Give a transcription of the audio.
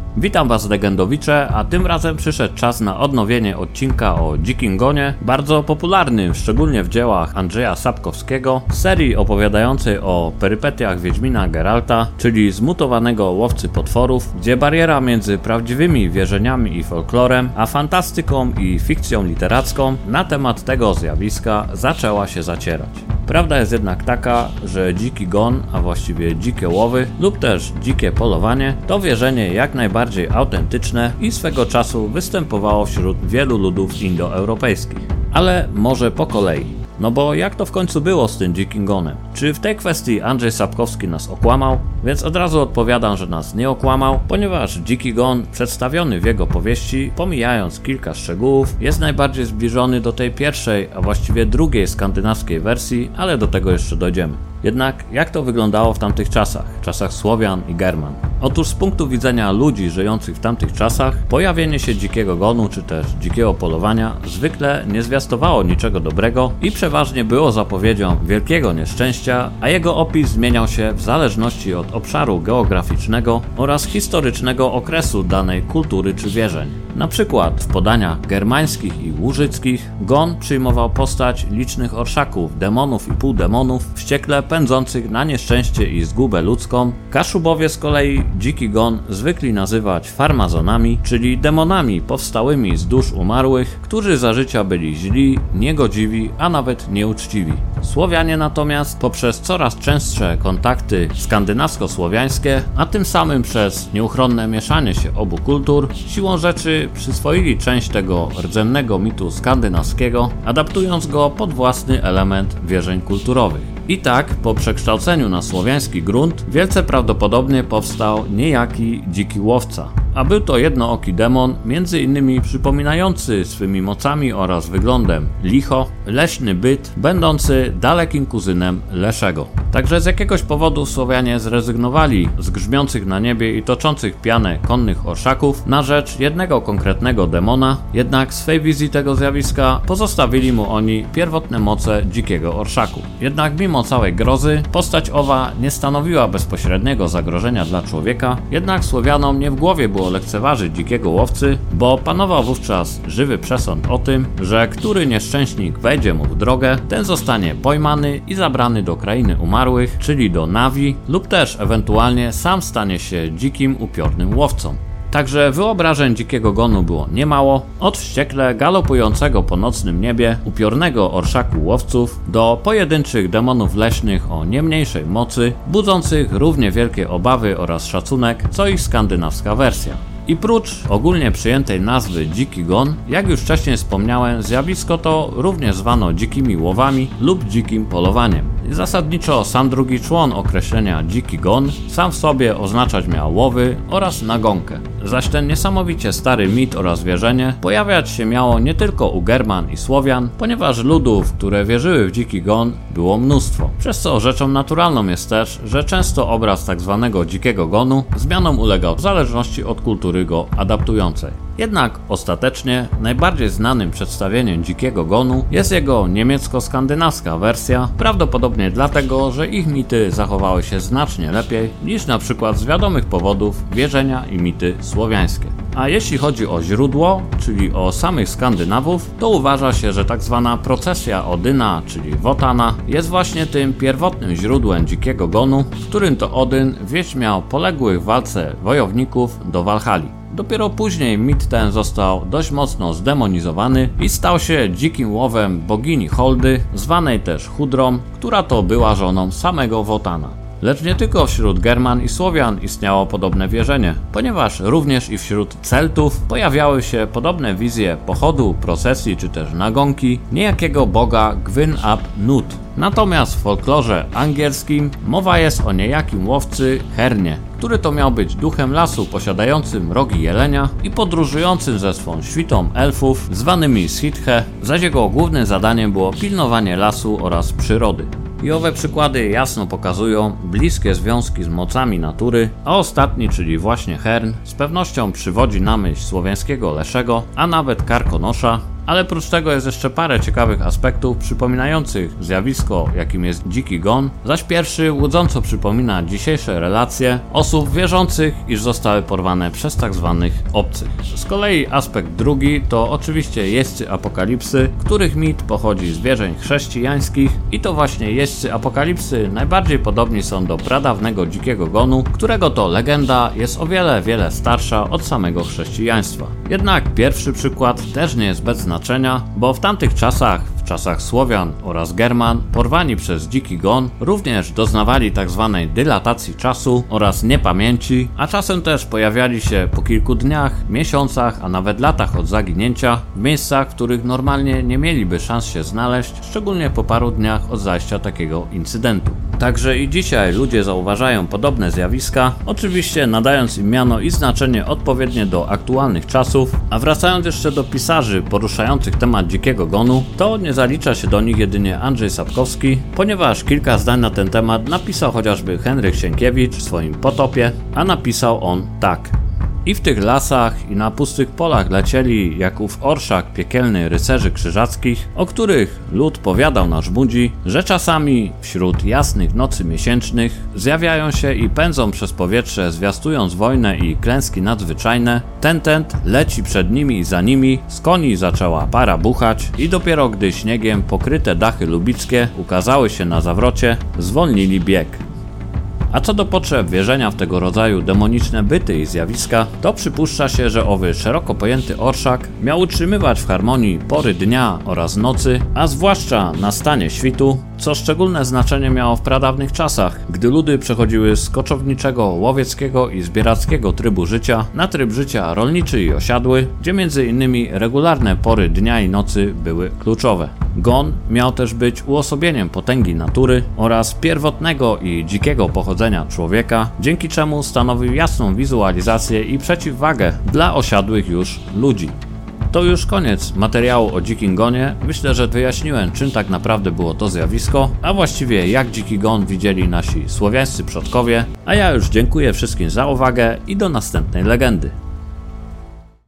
Witam Was, legendowicze, a tym razem przyszedł czas na odnowienie odcinka o Dzikim Gonie, bardzo popularnym, szczególnie w dziełach Andrzeja Sapkowskiego, serii opowiadającej o perypetiach Wiedźmina Geralta, czyli zmutowanego łowcy potworów, gdzie bariera między prawdziwymi wierzeniami i folklorem, a fantastyką i fikcją literacką na temat tego zjawiska zaczęła się zacierać. Prawda jest jednak taka, że Dziki Gon, a właściwie dzikie łowy lub też dzikie polowanie, to wierzenie jak najbardziej autentyczne i swego czasu występowało wśród wielu ludów indoeuropejskich. Ale może po kolei. No bo jak to w końcu było z tym Dzikim Gonem? Czy w tej kwestii Andrzej Sapkowski nas okłamał? Więc od razu odpowiadam, że nas nie okłamał, ponieważ Dziki Gon przedstawiony w jego powieści, pomijając kilka szczegółów, jest najbardziej zbliżony do tej pierwszej, a właściwie drugiej skandynawskiej wersji, ale do tego jeszcze dojdziemy. Jednak jak to wyglądało w tamtych czasach Słowian i German? Otóż z punktu widzenia ludzi żyjących w tamtych czasach, pojawienie się Dzikiego Gonu czy też dzikiego polowania zwykle nie zwiastowało niczego dobrego i przeważnie było zapowiedzią wielkiego nieszczęścia, a jego opis zmieniał się w zależności od obszaru geograficznego oraz historycznego okresu danej kultury czy wierzeń. Na przykład w podaniach germańskich i łużyckich Gon przyjmował postać licznych orszaków, demonów i półdemonów, wściekle pędzących na nieszczęście i zgubę ludzką. Kaszubowie z kolei Dziki Gon zwykli nazywać farmazonami, czyli demonami powstałymi z dusz umarłych, którzy za życia byli źli, niegodziwi, a nawet nieuczciwi. Słowianie natomiast poprzez coraz częstsze kontakty skandynawsko-słowiańskie, a tym samym przez nieuchronne mieszanie się obu kultur, siłą rzeczy przyswoili część tego rdzennego mitu skandynawskiego, adaptując go pod własny element wierzeń kulturowych. I tak, po przekształceniu na słowiański grunt, wielce prawdopodobnie powstał niejaki dziki łowca. A był to jednooki demon, między innymi przypominający swymi mocami oraz wyglądem licho, leśny byt, będący dalekim kuzynem Leszego. Także z jakiegoś powodu Słowianie zrezygnowali z grzmiących na niebie i toczących pianę konnych orszaków na rzecz jednego konkretnego demona, jednak w swej wizji tego zjawiska pozostawili mu oni pierwotne moce dzikiego orszaku. Jednak mimo całej grozy, postać owa nie stanowiła bezpośredniego zagrożenia dla człowieka, jednak Słowianom nie w głowie było lekceważyć dzikiego łowcy, bo panował wówczas żywy przesąd o tym, że który nieszczęśnik wejdzie mu w drogę, ten zostanie pojmany i zabrany do krainy umarłych, czyli do Navi, lub też ewentualnie sam stanie się dzikim, upiornym łowcą. Także wyobrażeń Dzikiego Gonu było niemało, od wściekle galopującego po nocnym niebie upiornego orszaku łowców do pojedynczych demonów leśnych o nie mniejszej mocy, budzących równie wielkie obawy oraz szacunek co ich skandynawska wersja. I prócz ogólnie przyjętej nazwy Dziki Gon, jak już wcześniej wspomniałem, zjawisko to również zwano dzikimi łowami lub dzikim polowaniem. I zasadniczo sam drugi człon określenia Dziki Gon sam w sobie oznaczać miał łowy oraz nagonkę. Zaś ten niesamowicie stary mit oraz wierzenie pojawiać się miało nie tylko u German i Słowian, ponieważ ludów, które wierzyły w Dziki Gon, było mnóstwo. Przez co rzeczą naturalną jest też, że często obraz tzw. Dzikiego Gonu zmianom ulegał w zależności od kultury go adaptującej. Jednak ostatecznie najbardziej znanym przedstawieniem Dzikiego Gonu jest jego niemiecko-skandynawska wersja, prawdopodobnie dlatego, że ich mity zachowały się znacznie lepiej niż na przykład z wiadomych powodów wierzenia i mity słowiańskie. A jeśli chodzi o źródło, czyli o samych Skandynawów, to uważa się, że tzw. procesja Odyna, czyli Wotana, jest właśnie tym pierwotnym źródłem Dzikiego Gonu, w którym to Odyn wieść miał poległych w walce wojowników do Walhali. Dopiero później mit ten został dość mocno zdemonizowany i stał się dzikim łowem bogini Holdy, zwanej też Hudrą, która to była żoną samego Wotana. Lecz nie tylko wśród German i Słowian istniało podobne wierzenie, ponieważ również i wśród Celtów pojawiały się podobne wizje pochodu, procesji czy też nagonki niejakiego boga Gwyn ap Nut. Natomiast w folklorze angielskim mowa jest o niejakim łowcy Hernie, który to miał być duchem lasu posiadającym rogi jelenia i podróżującym ze swą świtą elfów zwanymi Sithe, zaś jego głównym zadaniem było pilnowanie lasu oraz przyrody. I owe przykłady jasno pokazują bliskie związki z mocami natury, a ostatni, czyli właśnie Hern, z pewnością przywodzi na myśl słowiańskiego Leszego, a nawet Karkonosza, ale prócz tego jest jeszcze parę ciekawych aspektów przypominających zjawisko, jakim jest dziki gon, zaś pierwszy łudząco przypomina dzisiejsze relacje osób wierzących, iż zostały porwane przez tzw. obcych. Z kolei aspekt drugi to oczywiście jeźdźcy apokalipsy, których mit pochodzi z wierzeń chrześcijańskich i to właśnie jeźdźcy apokalipsy najbardziej podobni są do pradawnego dzikiego gonu, którego to legenda jest o wiele starsza od samego chrześcijaństwa. Jednak pierwszy przykład też nie jest bez znaczenia, bo w tamtych czasach, w czasach Słowian oraz German, porwani przez dziki gon również doznawali tzw. dylatacji czasu oraz niepamięci, a czasem też pojawiali się po kilku dniach, miesiącach, a nawet latach od zaginięcia w miejscach, w których normalnie nie mieliby szans się znaleźć, szczególnie po paru dniach od zajścia takiego incydentu. Także i dzisiaj ludzie zauważają podobne zjawiska, oczywiście nadając im miano i znaczenie odpowiednie do aktualnych czasów, a wracając jeszcze do pisarzy poruszających temat dzikiego gonu, to nie zalicza się do nich jedynie Andrzej Sapkowski, ponieważ kilka zdań na ten temat napisał chociażby Henryk Sienkiewicz w swoim Potopie, a napisał on tak. I w tych lasach i na pustych polach lecieli jak ów orszak piekielny rycerzy krzyżackich, o których lud powiadał na żmudzi, że czasami wśród jasnych nocy miesięcznych zjawiają się i pędzą przez powietrze, zwiastując wojnę i klęski nadzwyczajne. Ten leci przed nimi i za nimi, z koni zaczęła para buchać i dopiero gdy śniegiem pokryte dachy lubickie ukazały się na zawrocie, zwolnili bieg. A co do potrzeb wierzenia w tego rodzaju demoniczne byty i zjawiska, to przypuszcza się, że owy szeroko pojęty orszak miał utrzymywać w harmonii pory dnia oraz nocy, a zwłaszcza na stanie świtu, co szczególne znaczenie miało w pradawnych czasach, gdy ludy przechodziły z koczowniczego, łowieckiego i zbierackiego trybu życia na tryb życia rolniczy i osiadły, gdzie m.in. regularne pory dnia i nocy były kluczowe. Gon miał też być uosobieniem potęgi natury oraz pierwotnego i dzikiego pochodzenia człowieka, dzięki czemu stanowił jasną wizualizację i przeciwwagę dla osiadłych już ludzi. To już koniec materiału o dzikim gonie. Myślę, że wyjaśniłem, czym tak naprawdę było to zjawisko, a właściwie jak dziki gon widzieli nasi słowiańscy przodkowie, a ja już dziękuję wszystkim za uwagę i do następnej legendy.